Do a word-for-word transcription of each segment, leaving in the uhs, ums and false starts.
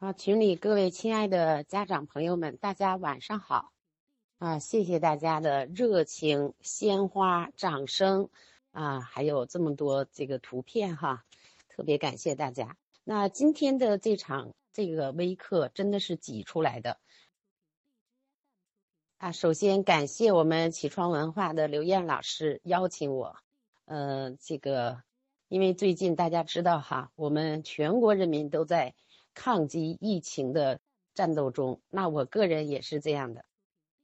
啊，群里各位亲爱的家长朋友们，大家晚上好！啊，谢谢大家的热情、鲜花、掌声啊，还有这么多这个图片哈，特别感谢大家。那今天的这场这个微课真的是挤出来的啊。首先感谢我们启创文化的刘燕老师邀请我，呃，这个因为最近大家知道哈，我们全国人民都在抗击疫情的战斗中，那我个人也是这样的。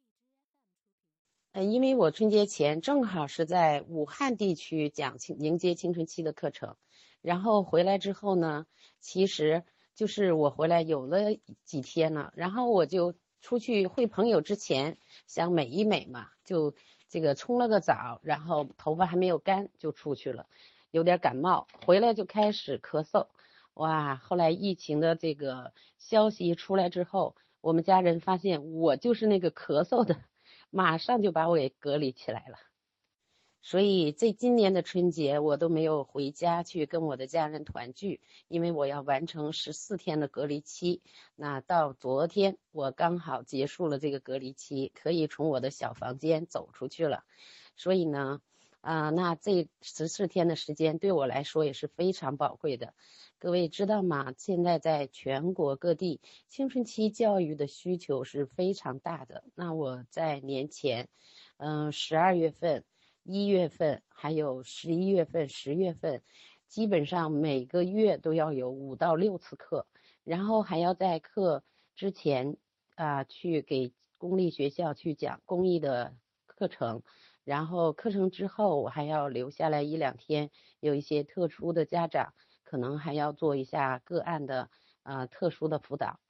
呃，因为我春节前正好是在武汉地区讲青迎接青春期的课程，然后回来之后呢，其实就是我回来有了几天了，然后我就出去会朋友之前想美一美嘛，就这个冲了个澡，然后头发还没有干就出去了，有点感冒，回来就开始咳嗽。哇，后来疫情的这个消息出来之后，我们家人发现我就是那个咳嗽的，马上就把我给隔离起来了。所以这今年的春节我都没有回家去跟我的家人团聚，因为我要完成十四天的隔离期。那到昨天我刚好结束了这个隔离期，可以从我的小房间走出去了。所以呢，啊、呃，那这十四天的时间对我来说也是非常宝贵的。各位知道吗？现在在全国各地，青春期教育的需求是非常大的。那我在年前，嗯，十二月份、一月份，还有十一月份、十月份，基本上每个月都要有五到六次课，然后还要在课之前啊、呃、去给公立学校去讲公益的课程。然后课程之后，我还要留下来一两天，有一些特殊的家长可能还要做一下个案的呃特殊的辅导。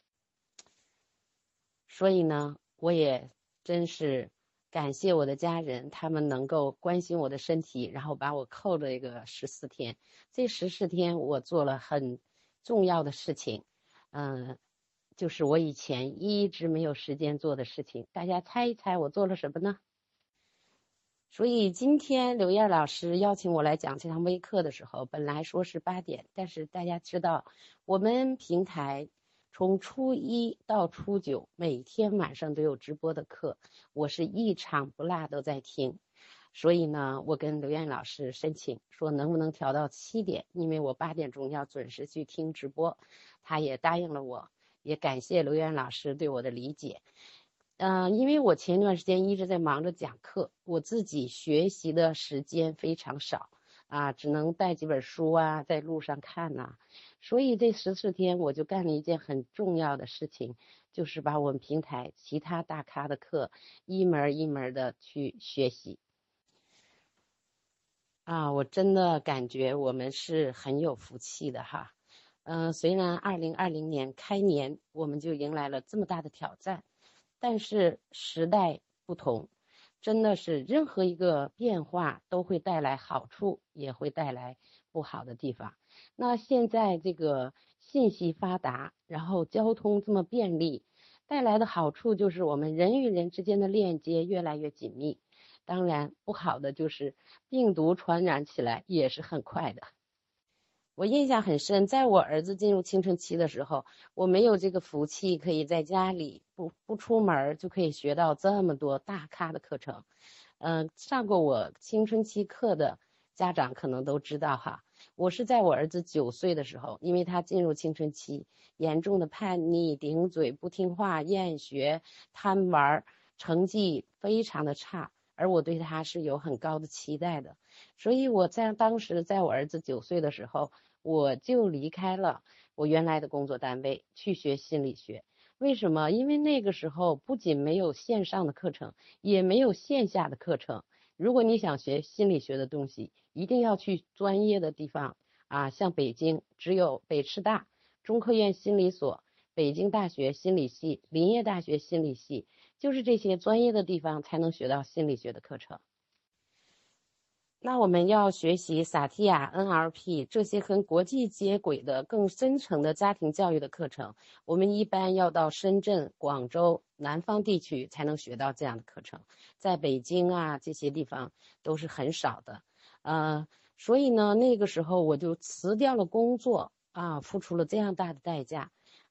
所以呢，我也真是感谢我的家人，他们能够关心我的身体，然后把我扣了一个十四天。这十四天我做了很重要的事情，嗯、呃，就是我以前一直没有时间做的事情。大家猜一猜我做了什么呢？所以今天刘燕老师邀请我来讲这堂微课的时候，本来说是八点，但是大家知道，我们平台从初一到初九，每天晚上都有直播的课，我是一场不落都在听。所以呢，我跟刘燕老师申请说，能不能调到七点？因为我八点钟要准时去听直播，他也答应了我，也感谢刘燕老师对我的理解。嗯、呃，因为我前一段时间一直在忙着讲课，我自己学习的时间非常少啊，只能带几本书啊，在路上看呐、啊。所以这十四天我就干了一件很重要的事情，就是把我们平台其他大咖的课一门一门的去学习。啊，我真的感觉我们是很有福气的哈。嗯、呃，虽然二零二零年开年我们就迎来了这么大的挑战。但是时代不同，真的是任何一个变化都会带来好处，也会带来不好的地方。那现在这个信息发达，然后交通这么便利，带来的好处就是我们人与人之间的链接越来越紧密。当然，不好的就是病毒传染起来也是很快的。我印象很深，在我儿子进入青春期的时候，我没有这个福气，可以在家里不不出门就可以学到这么多大咖的课程。嗯、呃，上过我青春期课的家长可能都知道哈，我是在我儿子九岁的时候，因为他进入青春期，严重的叛逆、顶嘴、不听话、厌学、贪玩，成绩非常的差，而我对他是有很高的期待的。所以我在当时在我儿子九岁的时候，我就离开了我原来的工作单位去学心理学。为什么？因为那个时候不仅没有线上的课程，也没有线下的课程。如果你想学心理学的东西，一定要去专业的地方啊，像北京只有北师大、中科院心理所、北京大学心理系、林业大学心理系，就是这些专业的地方才能学到心理学的课程。那我们要学习萨提亚、N L P 这些跟国际接轨的更深层的家庭教育的课程，我们一般要到深圳、广州、南方地区才能学到这样的课程，在北京啊这些地方都是很少的。呃，所以呢，那个时候我就辞掉了工作啊，付出了这样大的代价。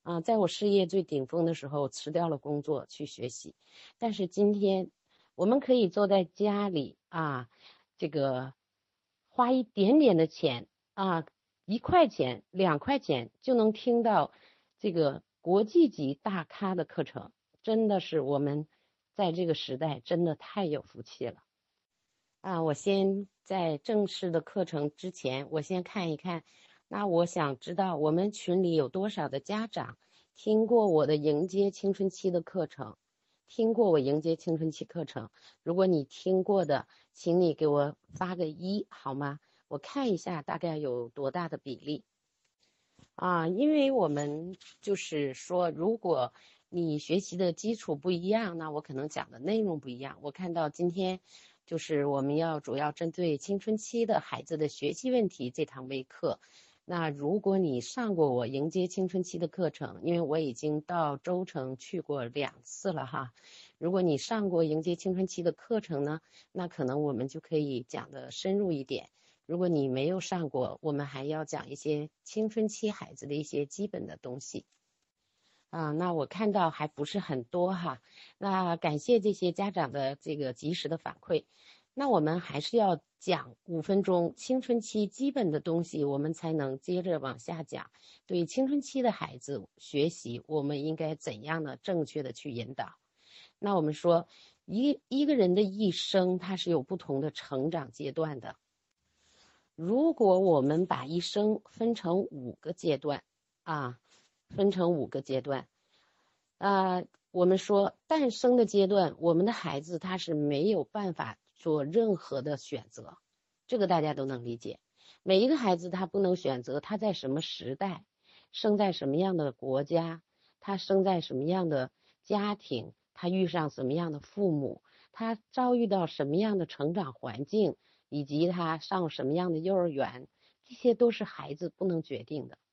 啊、在我事业最顶峰的时候，辞掉了工作去学习。但是今天，我们可以坐在家里啊，这个花一点点的钱啊，一块钱、两块钱就能听到这个国际级大咖的课程，真的是我们在这个时代真的太有福气了。啊，我先在正式的课程之前，我先看一看。那我想知道我们群里有多少的家长听过我的迎接青春期的课程，听过我迎接青春期课程。如果你听过的，请你给我发个一好吗？我看一下大概有多大的比例。啊，因为我们就是说，如果你学习的基础不一样，那我可能讲的内容不一样。我看到今天就是我们要主要针对青春期的孩子的学习问题这堂微课。那如果你上过我迎接青春期的课程，因为我已经到州城去过两次了哈。如果你上过迎接青春期的课程呢，那可能我们就可以讲的深入一点。如果你没有上过，我们还要讲一些青春期孩子的一些基本的东西。啊，那我看到还不是很多哈，那感谢这些家长的这个及时的反馈。那我们还是要讲五分钟青春期基本的东西，我们才能接着往下讲。对青春期的孩子学习，我们应该怎样的正确的去引导？那我们说，一一个人的一生，他是有不同的成长阶段的。如果我们把一生分成五个阶段啊，分成五个阶段，啊，我们说诞生的阶段，我们的孩子他是没有办法做任何的选择，这个大家都能理解。每一个孩子他不能选择他在什么时代，生在什么样的国家，他生在什么样的家庭，他遇上什么样的父母，他遭遇到什么样的成长环境，以及他上什么样的幼儿园，这些都是孩子不能决定的。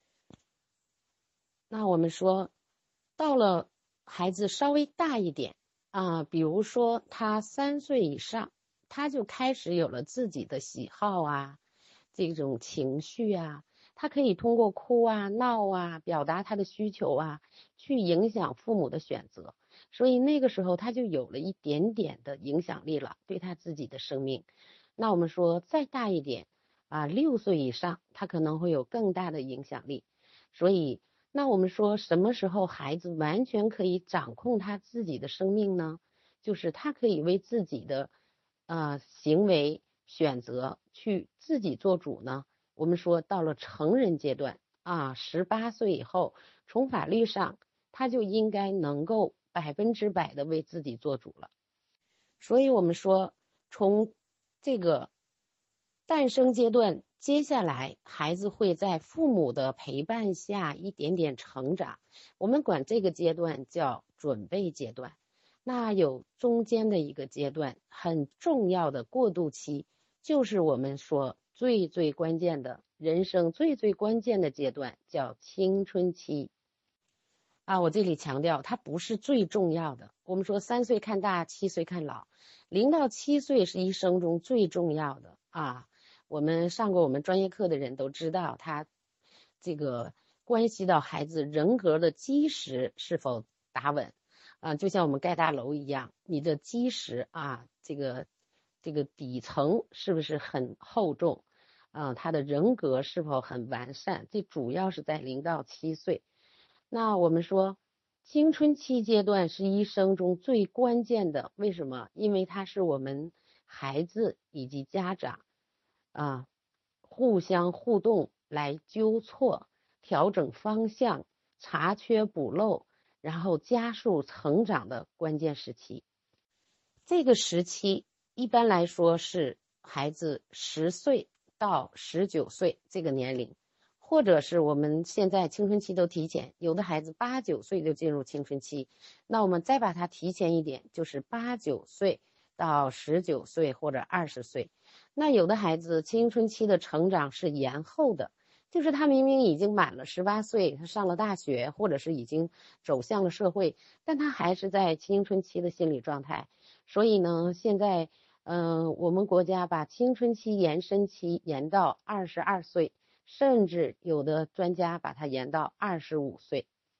那我们说，到了孩子稍微大一点啊，比如说他三岁以上，他就开始有了自己的喜好啊，这种情绪啊，他可以通过哭啊、闹啊，表达他的需求啊，去影响父母的选择。所以那个时候他就有了一点点的影响力了，对他自己的生命。那我们说再大一点啊，六岁以上，他可能会有更大的影响力。所以那我们说什么时候孩子完全可以掌控他自己的生命呢？就是他可以为自己的呃行为选择去自己做主呢？我们说到了成人阶段啊，十八岁以后，从法律上他就应该能够百分之百的为自己做主了。所以我们说从这个诞生阶段，接下来孩子会在父母的陪伴下一点点成长，我们管这个阶段叫准备阶段。那有中间的一个阶段，很重要的过渡期，就是我们说最最关键的人生最最关键的阶段，叫青春期。啊，我这里强调，它不是最重要的。我们说三岁看大，七岁看老，零到七岁是一生中最重要的啊。我们上过我们专业课的人都知道，它这个关系到孩子人格的基石是否打稳啊，就像我们盖大楼一样，你的基石啊，这个这个底层是不是很厚重啊？他的人格是否很完善？这主要是在零到七岁。那我们说，青春期阶段是一生中最关键的，为什么？因为它是我们孩子以及家长啊互相互动来纠错、调整方向、查缺补漏，然后加速成长的关键时期。这个时期一般来说是孩子十岁到十九岁这个年龄。或者是我们现在青春期都提前，有的孩子八九岁就进入青春期，那我们再把它提前一点，就是八九岁到十九岁或者二十岁。那有的孩子青春期的成长是延后的，就是他明明已经满了十八岁，他上了大学，或者是已经走向了社会，但他还是在青春期的心理状态。所以呢，现在嗯、呃，我们国家把青春期延伸期延到二十二岁。甚至有的专家把它延到二十五岁。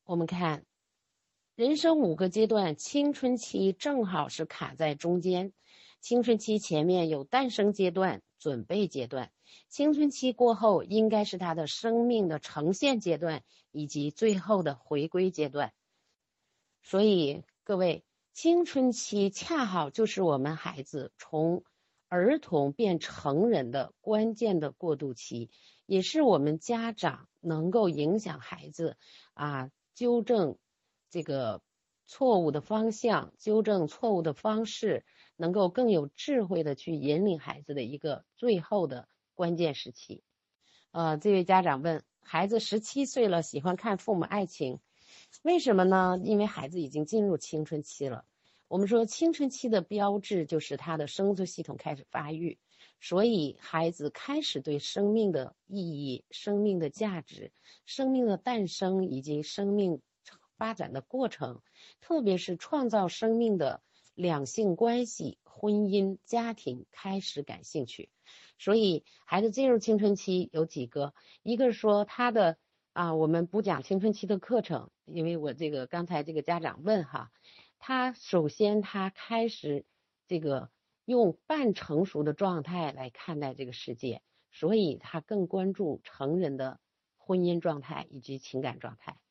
我们看人生五个阶段，青春期正好是卡在中间。青春期前面有诞生阶段、准备阶段，青春期过后应该是他的生命的呈现阶段，以及最后的回归阶段。所以各位，青春期恰好就是我们孩子从儿童变成人的关键的过渡期，也是我们家长能够影响孩子啊，纠正这个错误的方向，纠正错误的方式，能够更有智慧的去引领孩子的一个最后的关键时期。呃，这位家长问，孩子十七岁了，喜欢看父母爱情，为什么呢？因为孩子已经进入青春期了。我们说青春期的标志就是他的生殖系统开始发育，所以孩子开始对生命的意义、生命的价值、生命的诞生以及生命发展的过程，特别是创造生命的两性关系、婚姻、家庭开始感兴趣。所以孩子进入青春期有几个，一个说他的啊，我们不讲青春期的课程，因为我这个刚才这个家长问哈，他首先他开始这个用半成熟的状态来看待这个世界，所以他更关注成人的婚姻状态以及情感状态。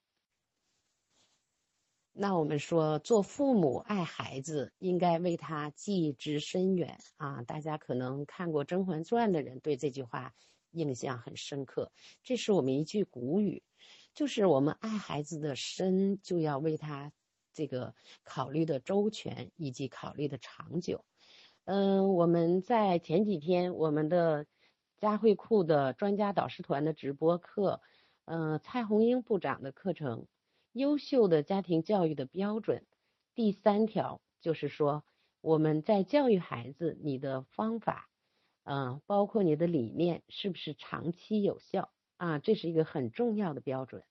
那我们说做父母爱孩子应该为他记之深远啊，大家可能看过《甄嬛传》的人对这句话印象很深刻，这是我们一句古语，就是我们爱孩子的深就要为他这个考虑的周全以及考虑的长久。嗯，我们在前几天我们的佳慧库的专家导师团的直播课，嗯，蔡红英部长的课程优秀的家庭教育的标准，第三条就是说我们在教育孩子，你的方法嗯，包括你的理念是不是长期有效啊，这是一个很重要的标准。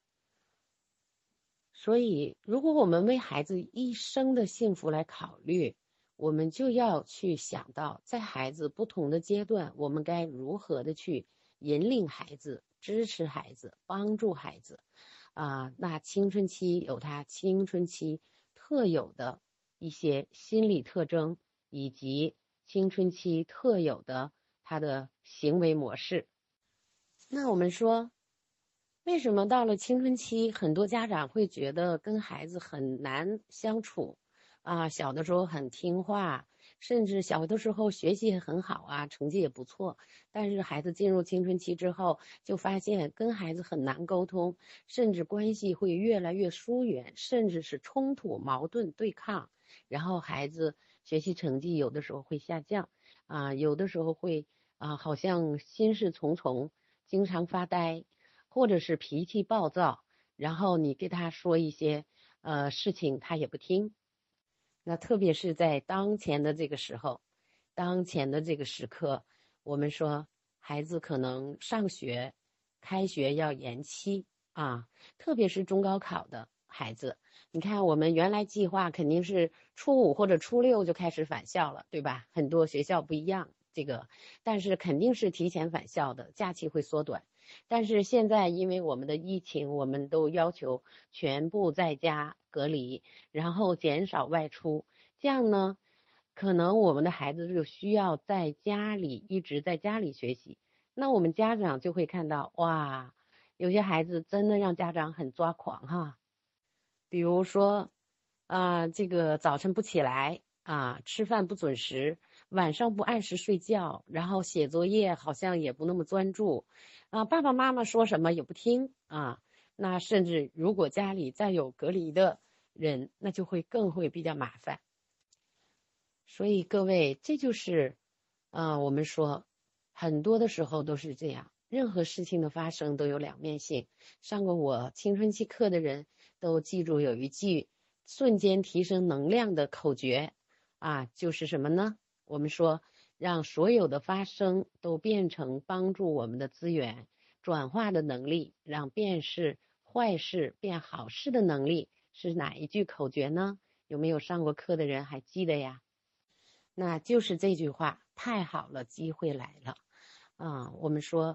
所以如果我们为孩子一生的幸福来考虑，我们就要去想到在孩子不同的阶段，我们该如何的去引领孩子、支持孩子、帮助孩子啊。那青春期有他青春期特有的一些心理特征，以及青春期特有的他的行为模式。那我们说为什么到了青春期，很多家长会觉得跟孩子很难相处啊？小的时候很听话，甚至小的时候学习也很好啊，成绩也不错。但是孩子进入青春期之后，就发现跟孩子很难沟通，甚至关系会越来越疏远，甚至是冲突、矛盾、对抗。然后孩子学习成绩有的时候会下降啊，有的时候会啊，好像心事重重，经常发呆。或者是脾气暴躁，然后你给他说一些呃事情，他也不听。那特别是在当前的这个时候，当前的这个时刻，我们说孩子可能上学，开学要延期啊，特别是中高考的孩子，你看我们原来计划肯定是初五或者初六就开始返校了，对吧？很多学校不一样，这个但是肯定是提前返校的，假期会缩短。但是现在因为我们的疫情，我们都要求全部在家隔离，然后减少外出，这样呢，可能我们的孩子就需要在家里一直在家里学习。那我们家长就会看到，哇，有些孩子真的让家长很抓狂哈。比如说，啊，这个早晨不起来啊，吃饭不准时，晚上不按时睡觉，然后写作业好像也不那么专注。啊，爸爸妈妈说什么也不听啊，那甚至如果家里再有隔离的人，那就会更会比较麻烦。所以各位，这就是啊，我们说很多的时候都是这样，任何事情的发生都有两面性。上过我青春期课的人都记住有一句瞬间提升能量的口诀啊，就是什么呢？我们说让所有的发生都变成帮助我们的资源，转化的能力，让变事坏事变好事的能力是哪一句口诀呢？有没有上过课的人还记得呀？那就是这句话，太好了，机会来了啊！我们说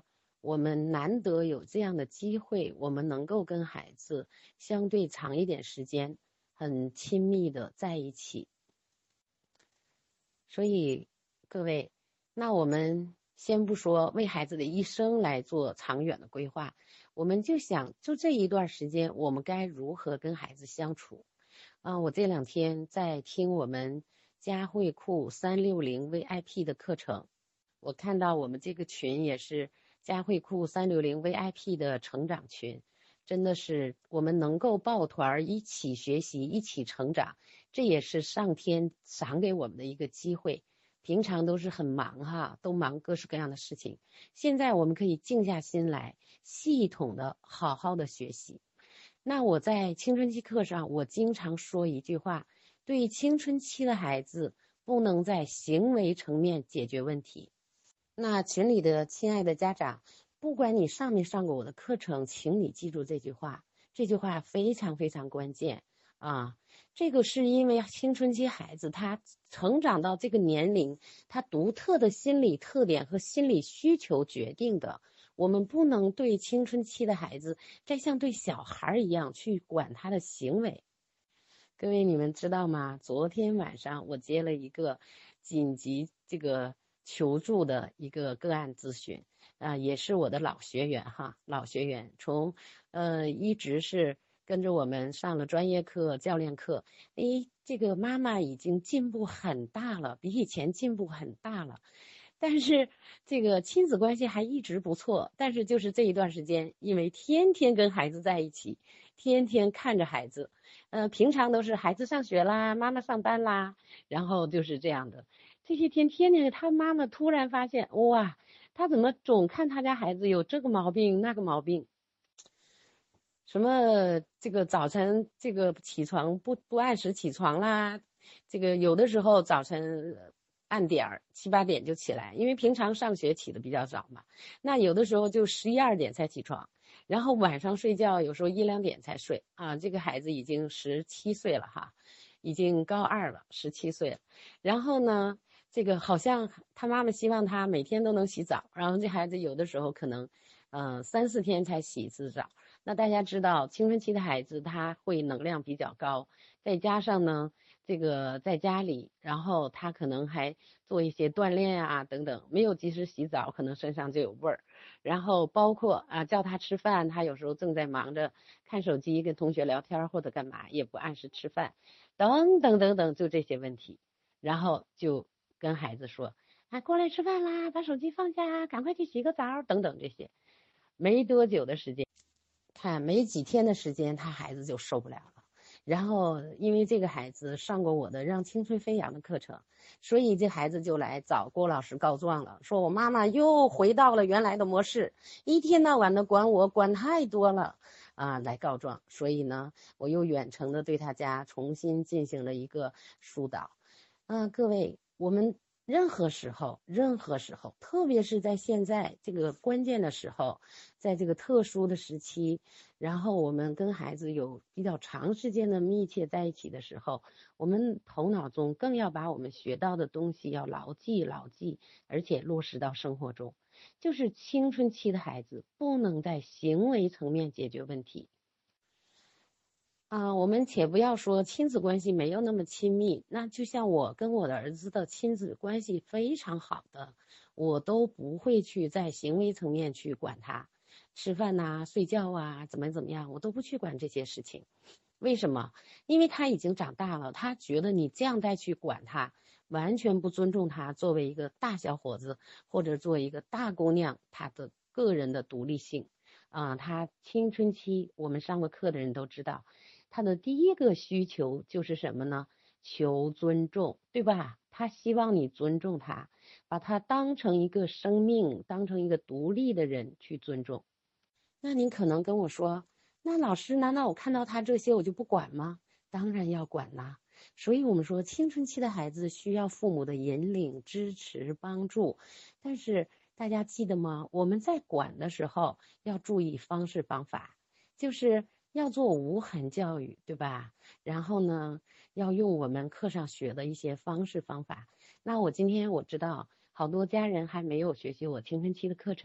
我们难得有这样的机会，我们能够跟孩子相对长一点时间，很亲密的在一起。所以各位，那我们先不说为孩子的一生来做长远的规划，我们就想就这一段时间，我们该如何跟孩子相处。啊、呃，我这两天在听我们佳慧库三六零 V I P 的课程，我看到我们这个群也是佳慧库三六零 V I P 的成长群，真的是我们能够抱团一起学习，一起成长，这也是上天赏给我们的一个机会。平常都是很忙哈，都忙各式各样的事情，现在我们可以静下心来，系统的好好的学习。那我在青春期课上，我经常说一句话，对青春期的孩子不能在行为层面解决问题。那群里的亲爱的家长，不管你上没上过我的课程，请你记住这句话，这句话非常非常关键啊！这个是因为青春期孩子他成长到这个年龄，他独特的心理特点和心理需求决定的。我们不能对青春期的孩子再像对小孩一样去管他的行为。各位你们知道吗？昨天晚上我接了一个紧急这个求助的一个个案咨询，啊、呃，也是我的老学员哈，老学员，从呃一直是跟着我们上了专业课、教练课，诶，这个妈妈已经进步很大了，比以前进步很大了。但是这个亲子关系还一直不错，但是就是这一段时间，因为天天跟孩子在一起，天天看着孩子，呃，平常都是孩子上学啦，妈妈上班啦，然后就是这样的。这些天天天他妈妈突然发现，哇，他怎么总看他家孩子有这个毛病那个毛病，什么这个早晨这个起床不不按时起床啦，这个有的时候早晨按点儿七八点就起来，因为平常上学起的比较早嘛，那有的时候就十一二点才起床，然后晚上睡觉有时候一两点才睡啊。这个孩子已经十七岁了哈，已经高二了，十七岁了。然后呢，这个好像他妈妈希望他每天都能洗澡，然后这孩子有的时候可能，嗯、呃，三四天才洗一次澡。那大家知道，青春期的孩子他会能量比较高，再加上呢，这个在家里，然后他可能还做一些锻炼啊等等，没有及时洗澡，可能身上就有味儿。然后包括啊叫他吃饭，他有时候正在忙着看手机、跟同学聊天或者干嘛，也不按时吃饭，等等等等，就这些问题。然后就跟孩子说，啊，过来吃饭啦，把手机放下，赶快去洗个澡，等等这些。没多久的时间。看没几天的时间，他孩子就受不了了。然后因为这个孩子上过我的让青春飞扬的课程，所以这孩子就来找郭老师告状了，说我妈妈又回到了原来的模式，一天到晚的管我，管太多了啊，来告状。所以呢，我又远程的对他家重新进行了一个疏导。啊，各位，我们任何时候，任何时候，特别是在现在这个关键的时候，在这个特殊的时期，然后我们跟孩子有比较长时间的密切在一起的时候，我们头脑中更要把我们学到的东西要牢记牢记，而且落实到生活中。就是青春期的孩子不能在行为层面解决问题。啊，我们且不要说亲子关系没有那么亲密，那就像我跟我的儿子的亲子关系非常好的，我都不会去在行为层面去管他，吃饭呐、睡觉啊，怎么怎么样，我都不去管这些事情。为什么？因为他已经长大了，他觉得你这样再去管他，完全不尊重他作为一个大小伙子或者作为一个大姑娘，他的个人的独立性。啊、他青春期，我们上过课的人都知道。他的第一个需求就是什么呢？求尊重，对吧？他希望你尊重他，把他当成一个生命，当成一个独立的人去尊重。那您可能跟我说，那老师，难道我看到他这些我就不管吗？当然要管啦。所以我们说，青春期的孩子需要父母的引领、支持、帮助。但是大家记得吗？我们在管的时候要注意方式方法，就是要做无痕教育，对吧？然后呢，要用我们课上学的一些方式方法。那我今天我知道好多家人还没有学习我青春期的课程，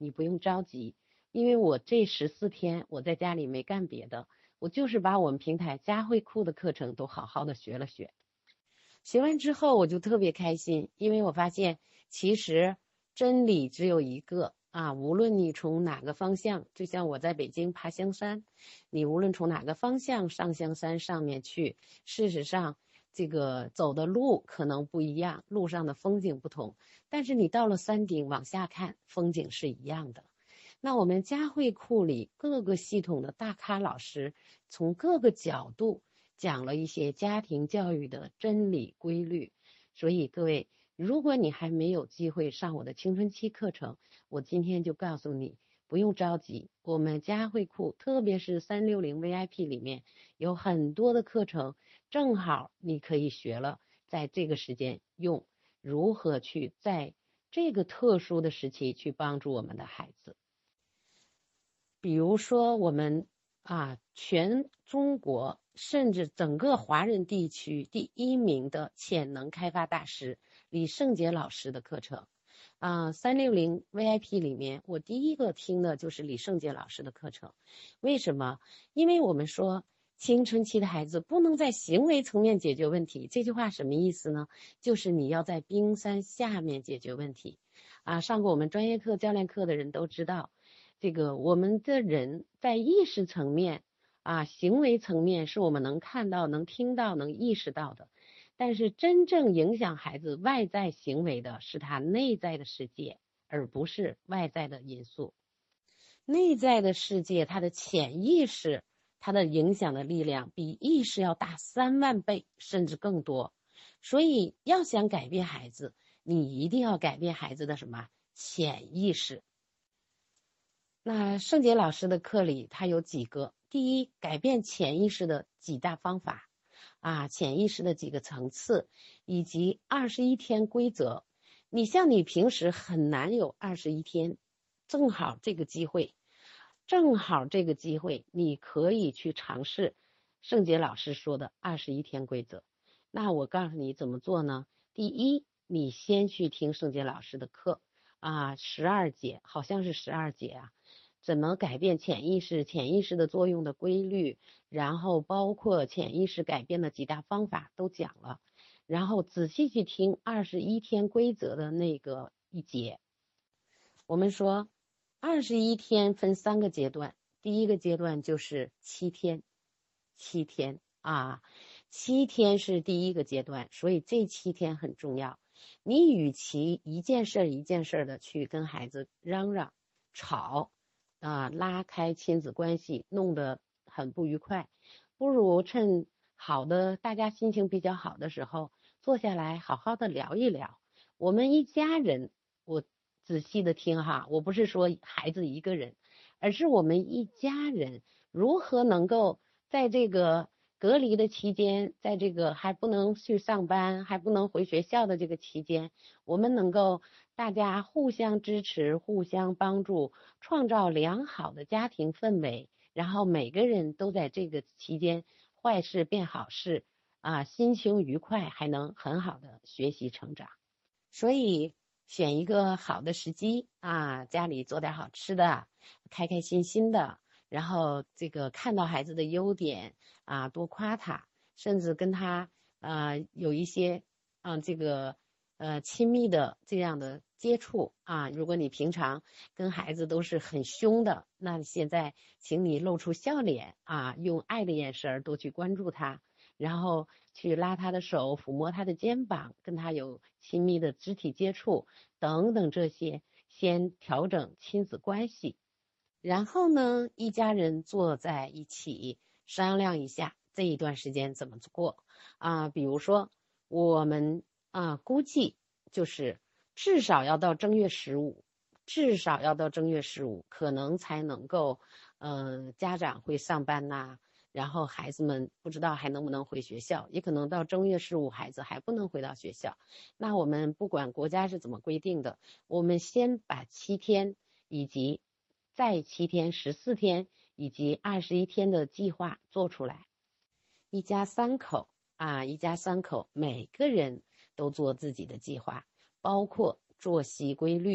你不用着急，因为我这十四天我在家里没干别的，我就是把我们平台佳慧库的课程都好好的学了学。学完之后我就特别开心，因为我发现其实真理只有一个啊，无论你从哪个方向，就像我在北京爬香山，你无论从哪个方向上香山上面去，事实上这个走的路可能不一样，路上的风景不同，但是你到了山顶往下看，风景是一样的。那我们佳慧库里各个系统的大咖老师从各个角度讲了一些家庭教育的真理规律，所以各位，如果你还没有机会上我的青春期课程，我今天就告诉你，不用着急，我们佳慧库特别是三六零 V I P 里面有很多的课程，正好你可以学了，在这个时间用如何去在这个特殊的时期去帮助我们的孩子。比如说我们啊，全中国甚至整个华人地区第一名的潜能开发大师李圣杰老师的课程啊，三六零 V I P 里面，我第一个听的就是李圣杰老师的课程。为什么？因为我们说青春期的孩子不能在行为层面解决问题，这句话什么意思呢？就是你要在冰山下面解决问题啊。上过我们专业课、教练课的人都知道。这个我们的人在意识层面啊，行为层面是我们能看到、能听到、能意识到的，但是真正影响孩子外在行为的是他内在的世界，而不是外在的因素。内在的世界，他的潜意识，他的影响的力量比意识要大三万倍，甚至更多。所以要想改变孩子，你一定要改变孩子的什么潜意识。那圣杰老师的课里，他有几个，第一，改变潜意识的几大方法啊，潜意识的几个层次，以及二十一天规则。你像你平时很难有二十一天，正好这个机会，正好这个机会，你可以去尝试圣杰老师说的二十一天规则。那我告诉你怎么做呢？第一，你先去听圣杰老师的课啊，十二节，好像是十二节啊。怎么改变潜意识，潜意识的作用的规律，然后包括潜意识改变的几大方法都讲了，然后仔细去听二十一天规则的那个一节。我们说二十一天分三个阶段，第一个阶段就是七天，七天啊，七天是第一个阶段，所以这七天很重要。你与其一件事一件事的去跟孩子嚷嚷、吵啊，拉开亲子关系，弄得很不愉快，不如趁好的大家心情比较好的时候，坐下来好好的聊一聊。我们一家人，我仔细的听哈，我不是说孩子一个人，而是我们一家人如何能够在这个隔离的期间，在这个还不能去上班，还不能回学校的这个期间，我们能够大家互相支持，互相帮助，创造良好的家庭氛围，然后每个人都在这个期间坏事变好事啊，心情愉快，还能很好的学习成长。所以选一个好的时机啊，家里做点好吃的，开开心心的，然后这个看到孩子的优点啊，多夸他，甚至跟他呃有一些啊这个呃亲密的这样的接触啊。如果你平常跟孩子都是很凶的，那现在请你露出笑脸啊，用爱的眼神多去关注他，然后去拉他的手，抚摸他的肩膀，跟他有亲密的肢体接触等等，这些先调整亲子关系。然后呢，一家人坐在一起商量一下这一段时间怎么过啊。比如说我们啊，估计就是至少要到正月十五，至少要到正月十五，可能才能够，呃，家长会上班呐。然后孩子们不知道还能不能回学校，也可能到正月十五孩子还不能回到学校。那我们不管国家是怎么规定的，我们先把七天以及再七天、十四天以及二十一天的计划做出来。一家三口啊，一家三口每个人都做自己的计划，包括作息规律，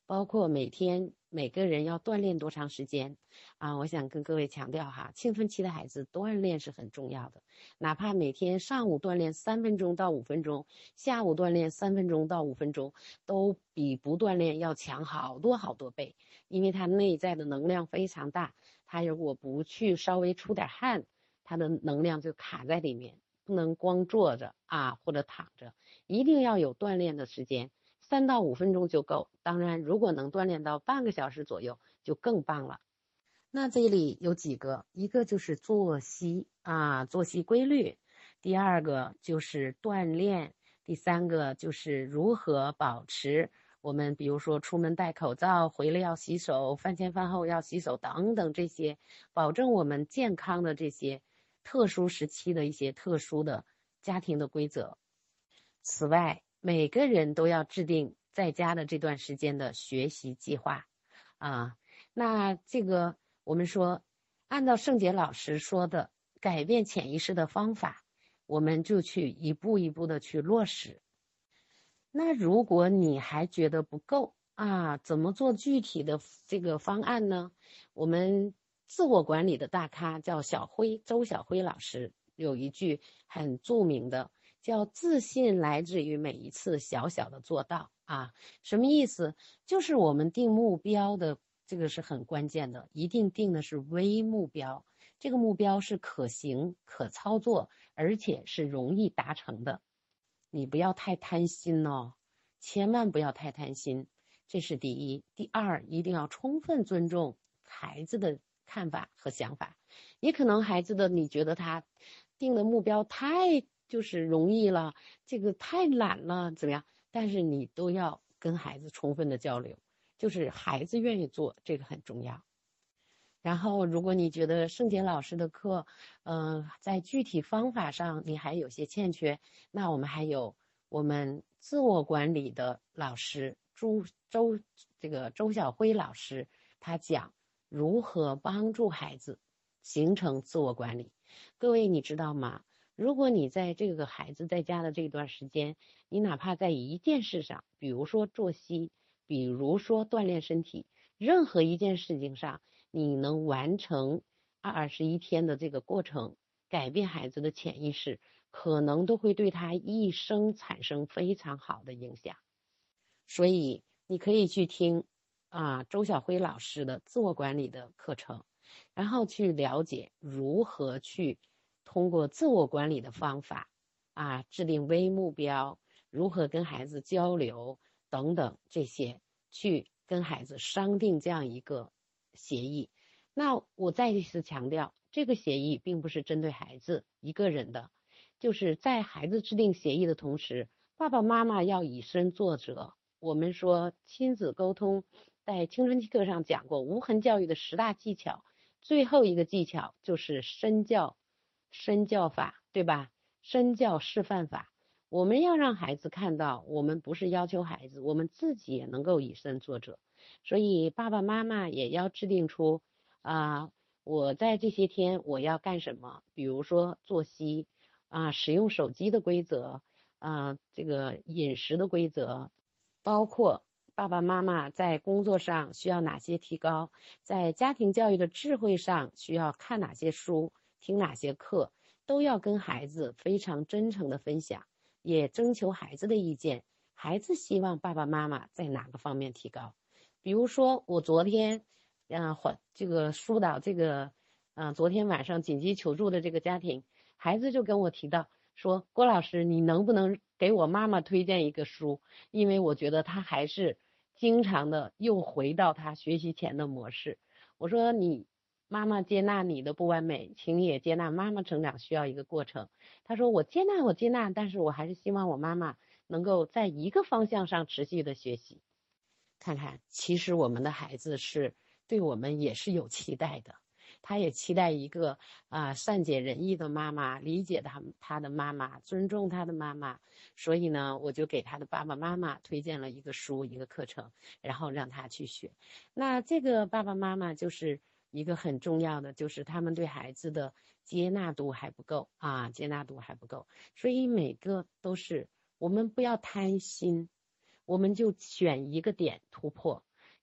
包括每天每个人要锻炼多长时间啊。我想跟各位强调哈，青春期的孩子锻炼是很重要的，哪怕每天上午锻炼三分钟到五分钟，下午锻炼三分钟到五分钟，都比不锻炼要强好多好多倍，因为他内在的能量非常大，他如果不去稍微出点汗，他的能量就卡在里面，不能光坐着啊或者躺着，一定要有锻炼的时间，三到五分钟就够。当然，如果能锻炼到半个小时左右，就更棒了。那这里有几个，一个就是作息啊，作息规律；第二个就是锻炼；第三个就是如何保持我们，比如说出门戴口罩，回来要洗手，饭前饭后要洗手等等这些，保证我们健康的这些特殊时期的一些特殊的家庭的规则。此外，每个人都要制定在家的这段时间的学习计划啊。那这个我们说，按照圣杰老师说的改变潜意识的方法，我们就去一步一步的去落实。那如果你还觉得不够啊，怎么做具体的这个方案呢？我们自我管理的大咖叫小辉，周小辉老师有一句很著名的，叫自信来自于每一次小小的做到啊。什么意思？就是我们定目标的这个是很关键的，一定定的是微目标，这个目标是可行、可操作，而且是容易达成的。你不要太贪心哦，千万不要太贪心，这是第一。第二，一定要充分尊重孩子的看法和想法。也可能孩子的你觉得他定的目标太就是容易了，这个太懒了，怎么样？但是你都要跟孩子充分的交流，就是孩子愿意做，这个很重要。然后，如果你觉得圣杰老师的课，嗯、呃，在具体方法上你还有些欠缺，那我们还有我们自我管理的老师朱周这个周小辉老师，他讲如何帮助孩子形成自我管理。各位你知道吗？如果你在这个孩子在家的这段时间，你哪怕在一件事上，比如说作息，比如说锻炼身体，任何一件事情上，你能完成二十一天的这个过程，改变孩子的潜意识，可能都会对他一生产生非常好的影响。所以你可以去听啊周小辉老师的自我管理的课程，然后去了解如何去通过自我管理的方法啊制定微目标，如何跟孩子交流等等这些，去跟孩子商定这样一个协议。那我再一次强调，这个协议并不是针对孩子一个人的，就是在孩子制定协议的同时，爸爸妈妈要以身作则。我们说亲子沟通在青春期课上讲过无痕教育的十大技巧，最后一个技巧就是身教身教法，对吧？身教示范法。我们要让孩子看到，我们不是要求孩子，我们自己也能够以身作则。所以爸爸妈妈也要制定出啊、呃，我在这些天我要干什么，比如说作息啊、呃，使用手机的规则啊、呃，这个饮食的规则，包括爸爸妈妈在工作上需要哪些提高，在家庭教育的智慧上需要看哪些书，听哪些课，都要跟孩子非常真诚的分享，也征求孩子的意见。孩子希望爸爸妈妈在哪个方面提高？比如说，我昨天，嗯、呃，这个疏导这个，嗯、呃，昨天晚上紧急求助的这个家庭，孩子就跟我提到说，郭老师，你能不能给我妈妈推荐一个书？因为我觉得她还是经常的又回到她学习前的模式。我说你妈妈接纳你的不完美，请你也接纳妈妈成长需要一个过程。他说我接纳我接纳，但是我还是希望我妈妈能够在一个方向上持续的学习。看看，其实我们的孩子是对我们也是有期待的，他也期待一个啊、呃、善解人意的妈妈，理解他他的妈妈，尊重他的妈妈。所以呢，我就给他的爸爸妈妈推荐了一个书，一个课程，然后让他去学。那这个爸爸妈妈就是一个很重要的，就是他们对孩子的接纳度还不够啊，接纳度还不够。所以每个都是我们不要贪心。我们就选一个点突破，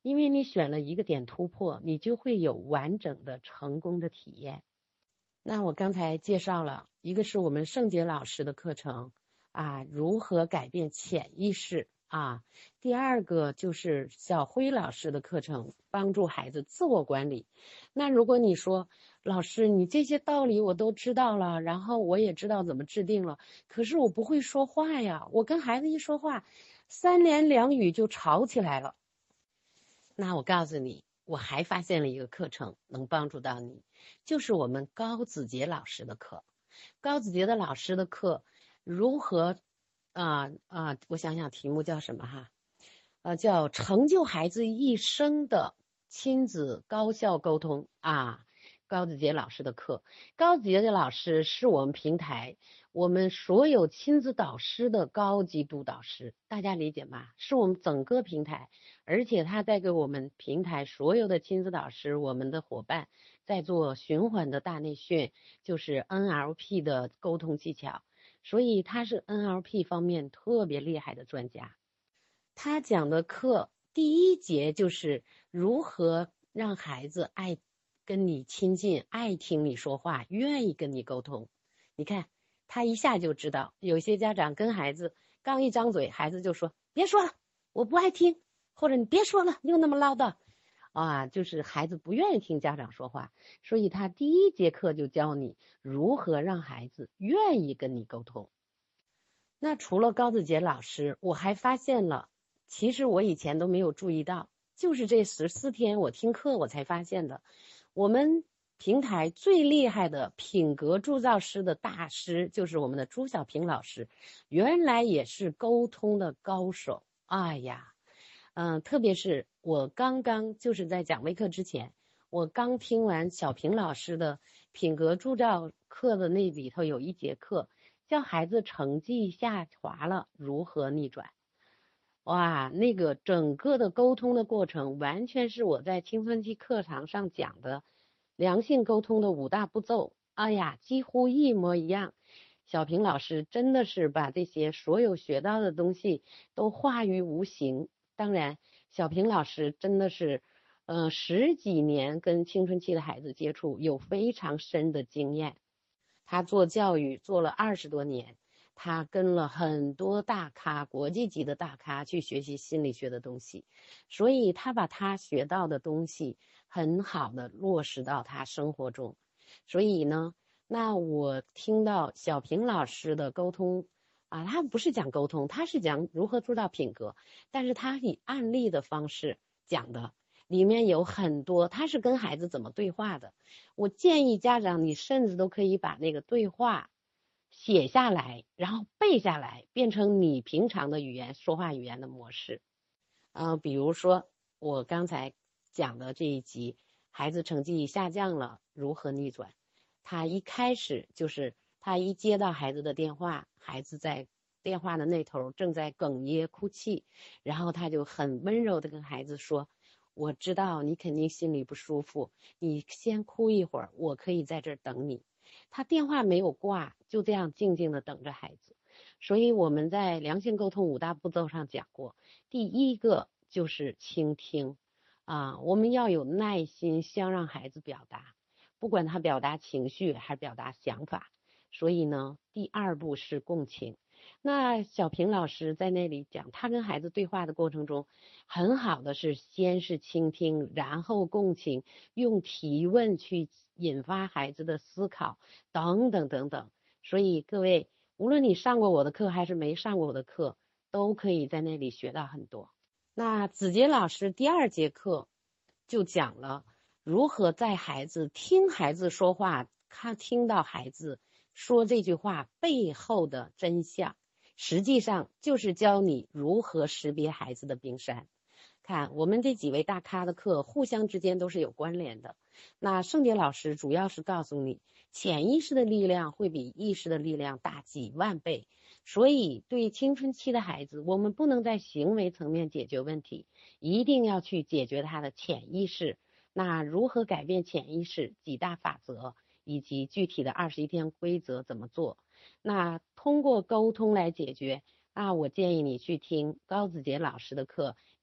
因为你选了一个点突破，你就会有完整的成功的体验。那我刚才介绍了一个是我们圣杰老师的课程啊，如何改变潜意识啊，第二个就是小辉老师的课程，帮助孩子自我管理。那如果你说老师你这些道理我都知道了，然后我也知道怎么制定了，可是我不会说话呀，我跟孩子一说话三言两语就吵起来了。那我告诉你，我还发现了一个课程能帮助到你，就是我们高子杰老师的课。高子杰的老师的课如何啊啊、呃呃，我想想题目叫什么哈？呃，叫成就孩子一生的亲子高效沟通啊。高子杰老师的课，高子杰的老师是我们平台我们所有亲子导师的高级督导师，大家理解吗？是我们整个平台，而且他在给我们平台所有的亲子导师，我们的伙伴在做循环的大内训，就是 N L P 的沟通技巧，所以他是 N L P 方面特别厉害的专家。他讲的课第一节就是如何让孩子爱跟你亲近，爱听你说话，愿意跟你沟通。你看他一下就知道，有些家长跟孩子刚一张嘴，孩子就说别说了，我不爱听，或者你别说了，又那么唠叨啊，就是孩子不愿意听家长说话，所以他第一节课就教你如何让孩子愿意跟你沟通。那除了高子杰老师，我还发现了，其实我以前都没有注意到，就是这十四天我听课我才发现的。我们平台最厉害的品格铸造师的大师，就是我们的朱小平老师，原来也是沟通的高手。哎呀，嗯、呃，特别是我刚刚就是在讲微课之前，我刚听完小平老师的品格铸造课的那里头有一节课。叫孩子成绩下滑了，如何逆转？哇，那个整个的沟通的过程，完全是我在青春期课堂上讲的良性沟通的五大步骤。哎呀，几乎一模一样。小平老师真的是把这些所有学到的东西都化于无形。当然，小平老师真的是，呃，十几年跟青春期的孩子接触，有非常深的经验。他做教育做了二十多年，他跟了很多大咖，国际级的大咖去学习心理学的东西，所以他把他学到的东西很好的落实到他生活中。所以呢，那我听到小平老师的沟通啊，他不是讲沟通，他是讲如何做到品格，但是他以案例的方式讲的。里面有很多，他是跟孩子怎么对话的。我建议家长，你甚至都可以把那个对话写下来，然后背下来，变成你平常的语言说话语言的模式。嗯、呃，比如说我刚才讲的这一集，孩子成绩下降了，如何逆转？他一开始就是他一接到孩子的电话，孩子在电话的那头正在哽咽哭泣，然后他就很温柔的跟孩子说，我知道你肯定心里不舒服，你先哭一会儿，我可以在这儿等你。他电话没有挂，就这样静静的等着孩子。所以我们在良性沟通五大步骤上讲过，第一个就是倾听啊，我们要有耐心，先让孩子表达，不管他表达情绪还是表达想法。所以呢，第二步是共情。那小平老师在那里讲，他跟孩子对话的过程中，很好的是先是倾听，然后共情，用提问去引发孩子的思考，等等等等。所以各位，无论你上过我的课还是没上过我的课，都可以在那里学到很多。那子杰老师第二节课就讲了如何在孩子听孩子说话，看听到孩子说这句话背后的真相，实际上就是教你如何识别孩子的冰山。看我们这几位大咖的课互相之间都是有关联的。那圣杰老师主要是告诉你，潜意识的力量会比意识的力量大几万倍，所以对青春期的孩子，我们不能在行为层面解决问题，一定要去解决他的潜意识。那如何改变潜意识？几大法则以及具体的二十一天规则怎么做？那通过沟通来解决。啊，我建议你去听高子杰老师的课，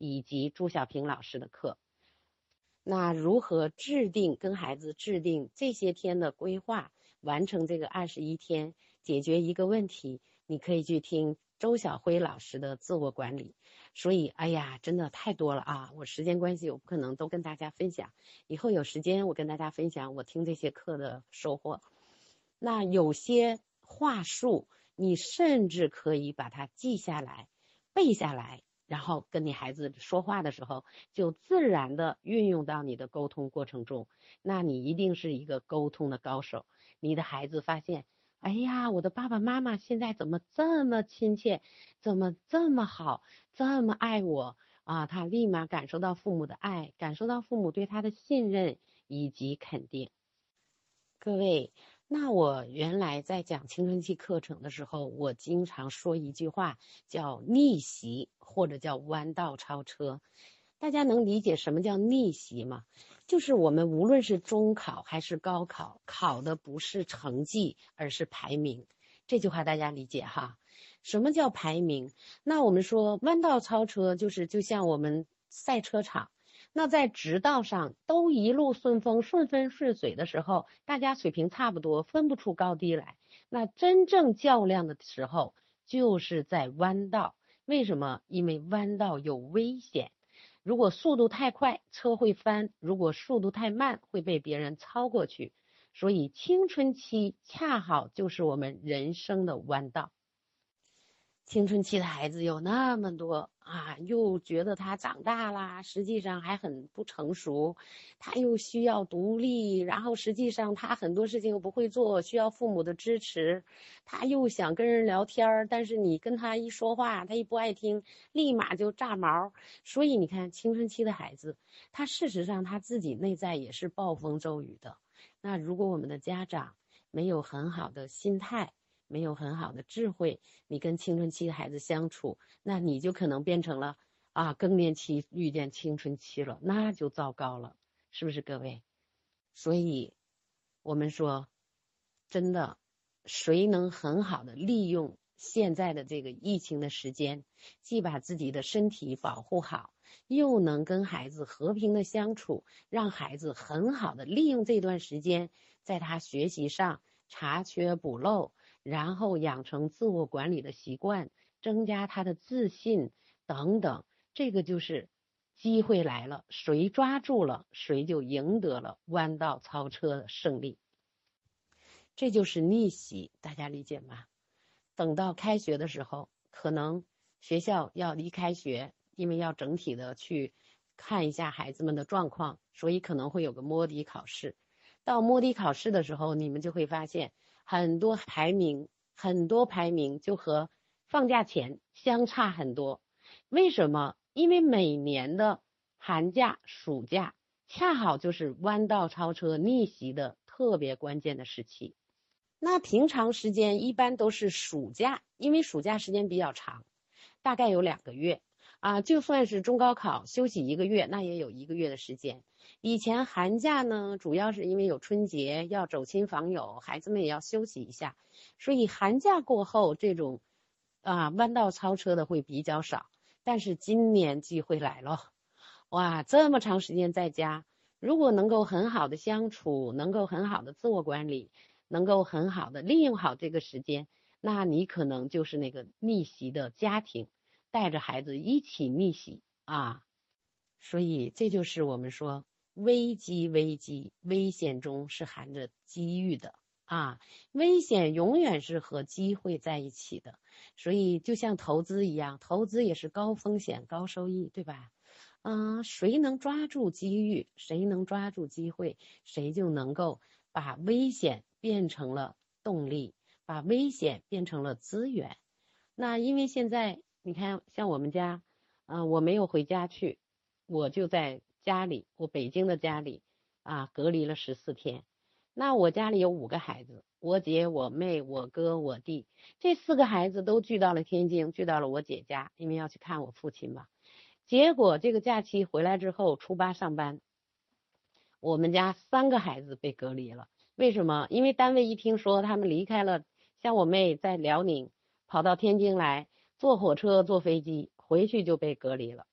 以及朱小平老师的课。那如何制定跟孩子制定这些天的规划，完成这个二十一天，解决一个问题，你可以去听周晓辉老师的自我管理。所以哎呀，真的太多了啊，我时间关系我不可能都跟大家分享，以后有时间我跟大家分享我听这些课的收获。那有些话术你甚至可以把它记下来背下来，然后跟你孩子说话的时候就自然的运用到你的沟通过程中，那你一定是一个沟通的高手。你的孩子发现，哎呀，我的爸爸妈妈现在怎么这么亲切，怎么这么好，这么爱我啊，他立马感受到父母的爱，感受到父母对他的信任以及肯定。各位，那我原来在讲青春期课程的时候，我经常说一句话叫逆袭，或者叫弯道超车。大家能理解什么叫逆袭吗？就是我们无论是中考还是高考，考的不是成绩，而是排名。这句话大家理解哈？什么叫排名？那我们说弯道超车，就是就像我们赛车场，那在直道上都一路顺风顺风顺水的时候，大家水平差不多，分不出高低来。那真正较量的时候，就是在弯道。为什么？因为弯道有危险，如果速度太快，车会翻；如果速度太慢，会被别人超过去。所以青春期恰好就是我们人生的弯道。青春期的孩子有那么多啊，又觉得他长大啦，实际上还很不成熟，他又需要独立，然后实际上他很多事情又不会做，需要父母的支持，他又想跟人聊天，但是你跟他一说话，他一不爱听，立马就炸毛。所以你看青春期的孩子，他事实上他自己内在也是暴风骤雨的。那如果我们的家长没有很好的心态，没有很好的智慧，你跟青春期的孩子相处，那你就可能变成了啊更年期遇见青春期了，那就糟糕了，是不是各位？所以我们说真的，谁能很好的利用现在的这个疫情的时间，既把自己的身体保护好，又能跟孩子和平的相处，让孩子很好的利用这段时间，在他学习上查缺补漏，然后养成自我管理的习惯，增加他的自信等等，这个就是机会来了，谁抓住了，谁就赢得了弯道超车的胜利。这就是逆袭，大家理解吗？等到开学的时候，可能学校要离开学，因为要整体的去看一下孩子们的状况，所以可能会有个摸底考试。到摸底考试的时候，你们就会发现很多排名，很多排名就和放假前相差很多。为什么？因为每年的寒假、暑假恰好就是弯道超车、逆袭的特别关键的时期。那平常时间一般都是暑假，因为暑假时间比较长，大概有两个月啊，就算是中高考休息一个月，那也有一个月的时间。以前寒假呢，主要是因为有春节要走亲访友，孩子们也要休息一下，所以寒假过后这种啊弯道超车的会比较少。但是今年机会来了，哇，这么长时间在家，如果能够很好的相处，能够很好的自我管理，能够很好的利用好这个时间，那你可能就是那个逆袭的家庭，带着孩子一起逆袭啊。所以这就是我们说危机危机，危险中是含着机遇的啊，危险永远是和机会在一起的。所以就像投资一样，投资也是高风险高收益，对吧？嗯、呃，谁能抓住机遇，谁能抓住机会，谁就能够把危险变成了动力，把危险变成了资源。那因为现在你看，像我们家，嗯、呃，我没有回家去，我就在家里，我北京的家里啊，隔离了十四天。那我家里有五个孩子，我姐、我妹、我哥、我弟，这四个孩子都聚到了天津，聚到了我姐家，因为要去看我父亲嘛。结果这个假期回来之后，初八上班，我们家三个孩子被隔离了。为什么？因为单位一听说他们离开了，像我妹在辽宁跑到天津来，坐火车坐飞机回去就被隔离了。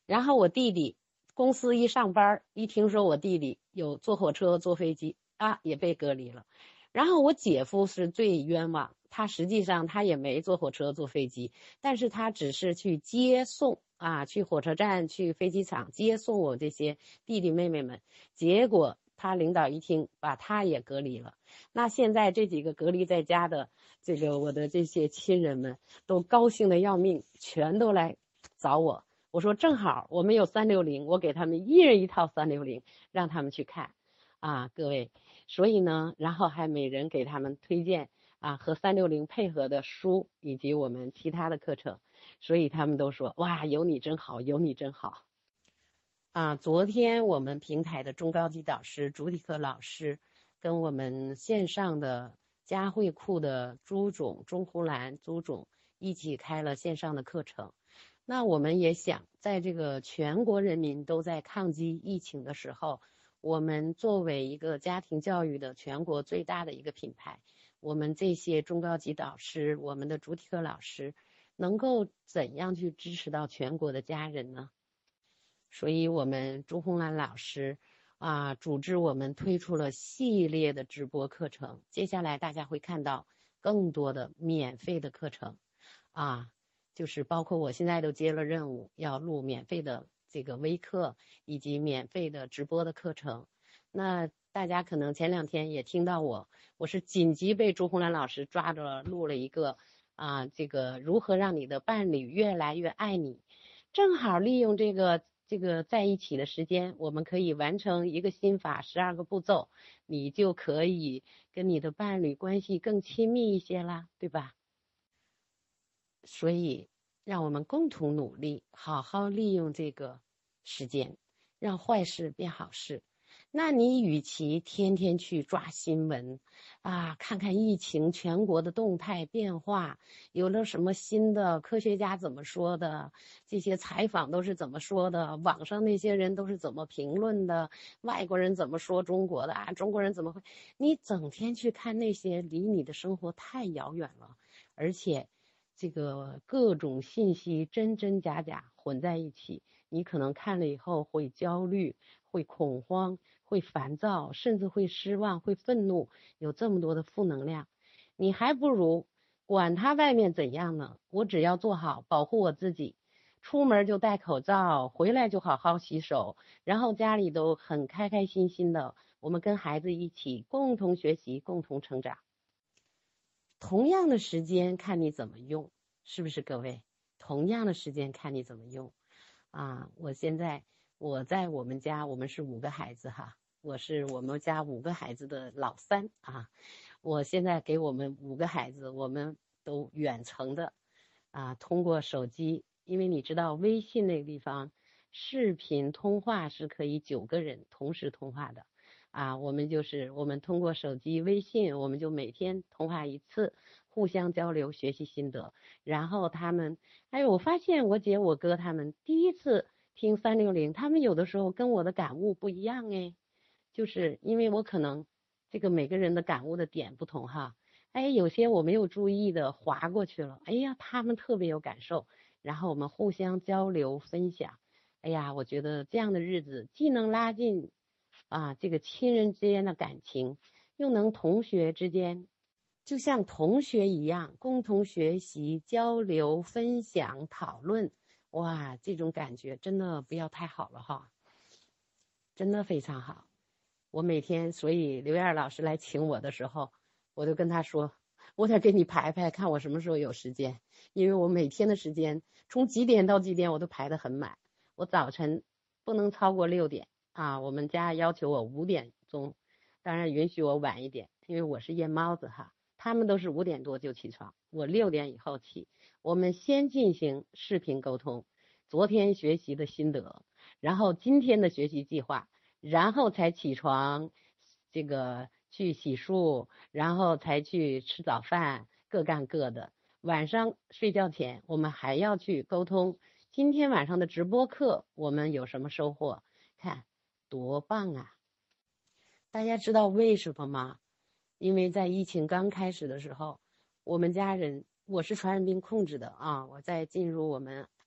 然后我弟弟公司一上班，一听说我弟弟有坐火车坐飞机啊，也被隔离了。然后我姐夫是最冤枉，他实际上他也没坐火车坐飞机，但是他只是去接送啊，去火车站去飞机场接送我这些弟弟妹妹们，结果他领导一听把他也隔离了。那现在这几个隔离在家的这个我的这些亲人们都高兴的要命，全都来找我。我说正好我们有三六零，我给他们一人一套三六零，让他们去看啊，各位。所以呢，然后还每人给他们推荐啊和三六零配合的书以及我们其他的课程，所以他们都说哇，有你真好，有你真好。啊，昨天我们平台的中高级导师主体课老师跟我们线上的佳慧库的朱总钟胡兰朱总一起开了线上的课程。那我们也想在这个全国人民都在抗击疫情的时候，我们作为一个家庭教育的全国最大的一个品牌，我们这些中高级导师，我们的主体课老师能够怎样去支持到全国的家人呢？所以我们朱红兰老师啊，组织我们推出了系列的直播课程，接下来大家会看到更多的免费的课程啊，就是包括我现在都接了任务，要录免费的这个微课以及免费的直播的课程。那大家可能前两天也听到我，我是紧急被朱红兰老师抓着了，录了一个啊，这个如何让你的伴侣越来越爱你，正好利用这个这个在一起的时间，我们可以完成一个心法十二个步骤，你就可以跟你的伴侣关系更亲密一些啦，对吧？所以让我们共同努力，好好利用这个时间，让坏事变好事。那你与其天天去抓新闻啊，看看疫情全国的动态变化，有了什么新的科学家怎么说的，这些采访都是怎么说的，网上那些人都是怎么评论的，外国人怎么说中国的啊，中国人怎么会，你整天去看那些离你的生活太遥远了，而且这个各种信息真真假假混在一起，你可能看了以后会焦虑，会恐慌，会烦躁，甚至会失望，会愤怒，有这么多的负能量，你还不如管他外面怎样呢，我只要做好保护我自己，出门就戴口罩，回来就好好洗手，然后家里都很开开心心的，我们跟孩子一起共同学习，共同成长。同样的时间看你怎么用，是不是各位？同样的时间看你怎么用啊！我现在我在我们家，我们是五个孩子哈，我是我们家五个孩子的老三啊。我现在给我们五个孩子，我们都远程的啊，通过手机，因为你知道微信那个地方视频通话是可以九个人同时通话的。啊，我们就是我们通过手机微信，我们就每天通话一次，互相交流学习心得。然后他们，哎，我发现我姐我哥他们第一次听三六零，他们有的时候跟我的感悟不一样哎，就是因为我可能这个每个人的感悟的点不同哈，哎，有些我没有注意的划过去了，哎呀，他们特别有感受，然后我们互相交流分享，哎呀，我觉得这样的日子既能拉近啊，这个亲人之间的感情，又能同学之间，就像同学一样，共同学习、交流、分享、讨论，哇，这种感觉真的不要太好了哈，真的非常好。我每天，所以刘燕老师来请我的时候，我就跟他说，我得给你排排，看我什么时候有时间，因为我每天的时间从几点到几点我都排得很满，我早晨不能超过六点。啊，我们家要求我五点钟，当然允许我晚一点，因为我是夜猫子哈。他们都是五点多就起床，我六点以后起。我们先进行视频沟通，昨天学习的心得，然后今天的学习计划，然后才起床，这个去洗漱，然后才去吃早饭，各干各的。晚上睡觉前，我们还要去沟通今天晚上的直播课，我们有什么收获？看。多棒啊！大家知道为什么吗？因为在疫情刚开始的时候，我们家人，我是传染病控制的啊，我在进入我们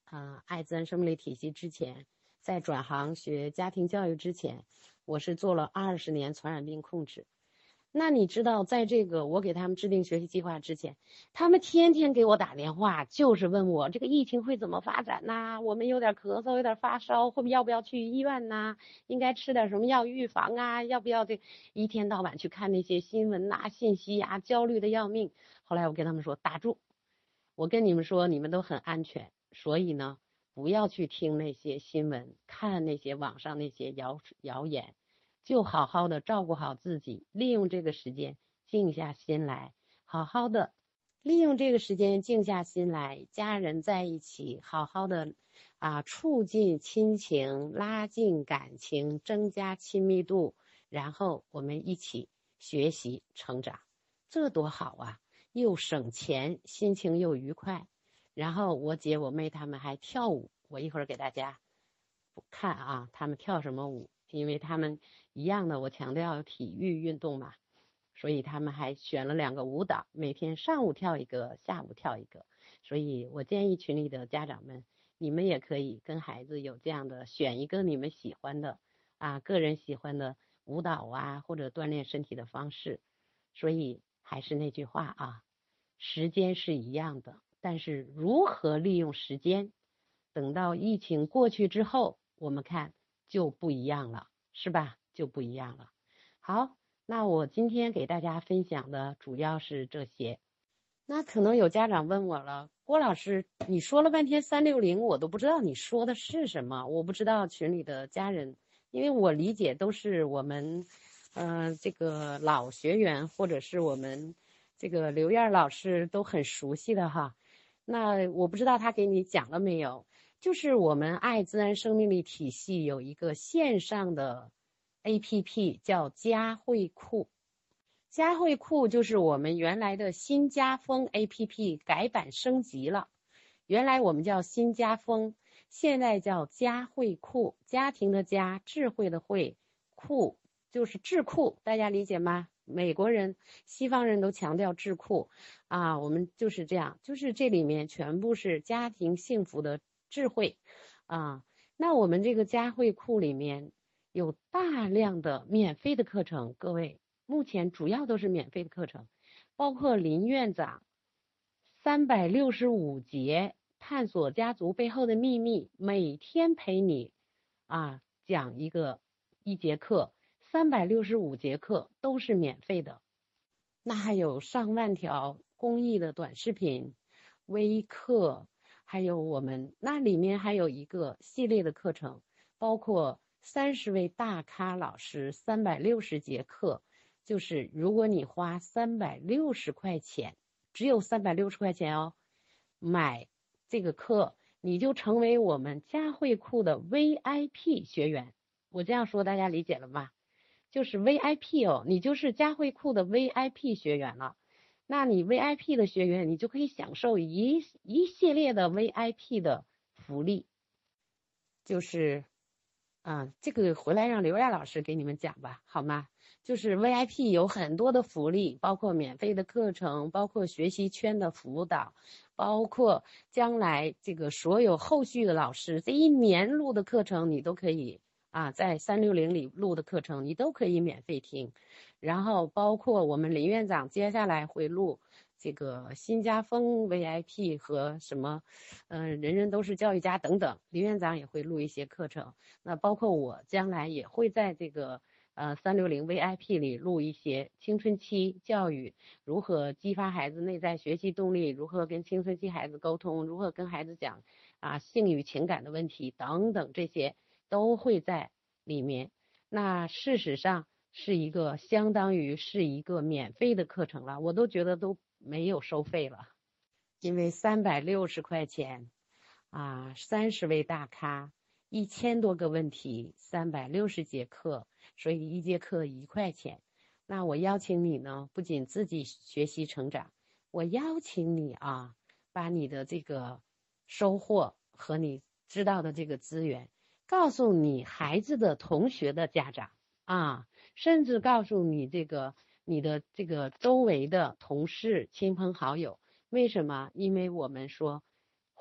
啊、呃、爱自然生命力体系之前，在转行学家庭教育之前，我是做了二十年传染病控制。那你知道，在这个我给他们制定学习计划之前，他们天天给我打电话，就是问我这个疫情会怎么发展呐？我们有点咳嗽，有点发烧，会不要不要去医院呐？应该吃点什么药预防啊？要不要这一天到晚去看那些新闻呐、信息呀、啊，焦虑的要命。后来我跟他们说，打住，我跟你们说，你们都很安全，所以呢，不要去听那些新闻，看那些网上那些谣谣言。就好好的照顾好自己，利用这个时间静下心来，好好的利用这个时间静下心来，家人在一起，好好的啊，促进亲情，拉近感情，增加亲密度，然后我们一起学习成长，这多好啊！又省钱，心情又愉快。然后我姐我妹他们还跳舞，我一会儿给大家看啊，他们跳什么舞，因为他们一样的，我强调体育运动嘛，所以他们还选了两个舞蹈，每天上午跳一个，下午跳一个。所以我建议群里的家长们，你们也可以跟孩子有这样的，选一个你们喜欢的啊，个人喜欢的舞蹈啊，或者锻炼身体的方式。所以还是那句话啊，时间是一样的，但是如何利用时间，等到疫情过去之后，我们看就不一样了，是吧？就不一样了。好，那我今天给大家分享的主要是这些。那可能有家长问我了，郭老师，你说了半天三六零，我都不知道你说的是什么，我不知道群里的家人，因为我理解都是我们，嗯、呃，这个老学员或者是我们这个刘燕老师都很熟悉的哈。那我不知道他给你讲了没有？就是我们爱自然生命力体系有一个线上的 A P P 叫佳慧库。佳慧库就是我们原来的新家风 A P P 改版升级了，原来我们叫新家风，现在叫佳慧库，家庭的家，智慧的慧，库就是智库，大家理解吗？美国人、西方人都强调智库啊，我们就是这样，就是这里面全部是家庭幸福的智慧啊。那我们这个佳慧库里面有大量的免费的课程，各位。目前主要都是免费的课程，包括林院长三百六十五节探索家族背后的秘密，每天陪你啊讲一个一节课，三百六十五节课都是免费的。那还有上万条公益的短视频、微课，还有我们那里面还有一个系列的课程，包括三十位大咖老师三百六十节课。就是如果你花三百六十块钱，只有三百六十块钱哦，买这个课，你就成为我们佳慧库的 V I P 学员。我这样说大家理解了吗？就是 V I P 哦，你就是佳慧库的 V I P 学员了。那你 V I P 的学员，你就可以享受一一系列的 V I P 的福利，就是啊，这个回来让刘亚老师给你们讲吧，好吗？就是 V I P 有很多的福利，包括免费的课程，包括学习圈的辅导，包括将来这个所有后续的老师这一年录的课程，你都可以啊，在三六零里录的课程，你都可以免费听。然后包括我们林院长接下来会录这个新家风 V I P 和什么，嗯、呃，人人都是教育家等等，林院长也会录一些课程。那包括我将来也会在这个。呃，三六零 V I P 里录一些青春期教育，如何激发孩子内在学习动力，如何跟青春期孩子沟通，如何跟孩子讲啊性与情感的问题等等，这些都会在里面。那事实上是一个相当于是一个免费的课程了，我都觉得都没有收费了，因为三百六十块钱啊，三十位大咖。一千多个问题，三百六十节课，所以一节课一块钱。那我邀请你呢，不仅自己学习成长，我邀请你啊，把你的这个收获和你知道的这个资源，告诉你孩子的同学的家长啊，甚至告诉你这个你的这个周围的同事、亲朋好友。为什么？因为我们说。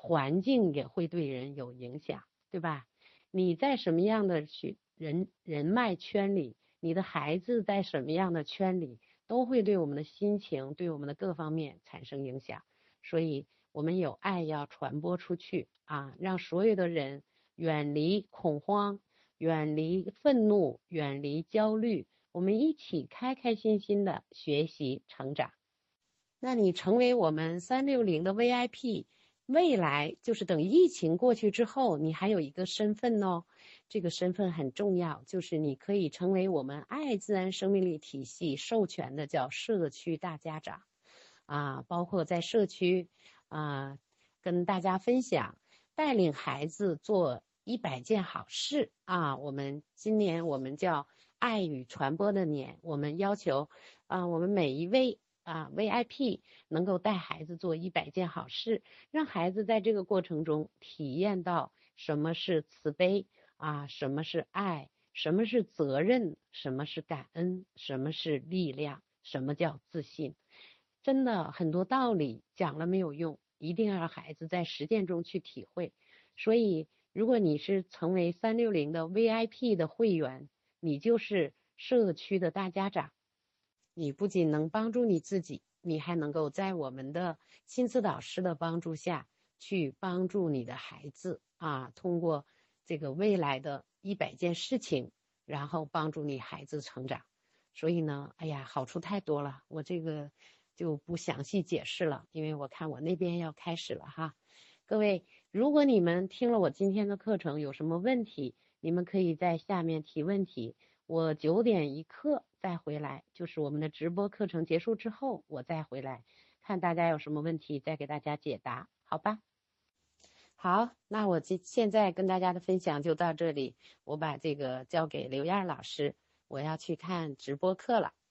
环境也会对人有影响，对吧？你在什么样的去人人脉圈里，你的孩子在什么样的圈里，都会对我们的心情，对我们的各方面产生影响。所以我们有爱要传播出去啊，让所有的人远离恐慌，远离愤怒，远离焦虑，我们一起开开心心的学习成长。那你成为我们三六零的 V I P， 未来就是等疫情过去之后，你还有一个身份哦，这个身份很重要，就是你可以成为我们爱自然生命力体系授权的叫社区大家长啊，包括在社区啊跟大家分享，带领孩子做一百件好事啊。我们今年我们叫爱与传播的年，我们要求啊，我们每一位啊 V I P 能够带孩子做一百件好事，让孩子在这个过程中体验到什么是慈悲啊，什么是爱，什么是责任，什么是感恩，什么是力量，什么叫自信。真的很多道理讲了没有用，一定要让孩子在实践中去体会。所以如果你是成为三六零的 V I P 的会员，你就是社区的大家长，你不仅能帮助你自己，你还能够在我们的亲子导师的帮助下去帮助你的孩子啊，通过这个未来的一百件事情，然后帮助你孩子成长。所以呢，哎呀，好处太多了，我这个就不详细解释了，因为我看我那边要开始了哈。各位，如果你们听了我今天的课程有什么问题，你们可以在下面提问题，我九点一刻再回来，就是我们的直播课程结束之后，我再回来看大家有什么问题，再给大家解答，好吧？好，那我今现在跟大家的分享就到这里，我把这个交给刘燕老师，我要去看直播课了。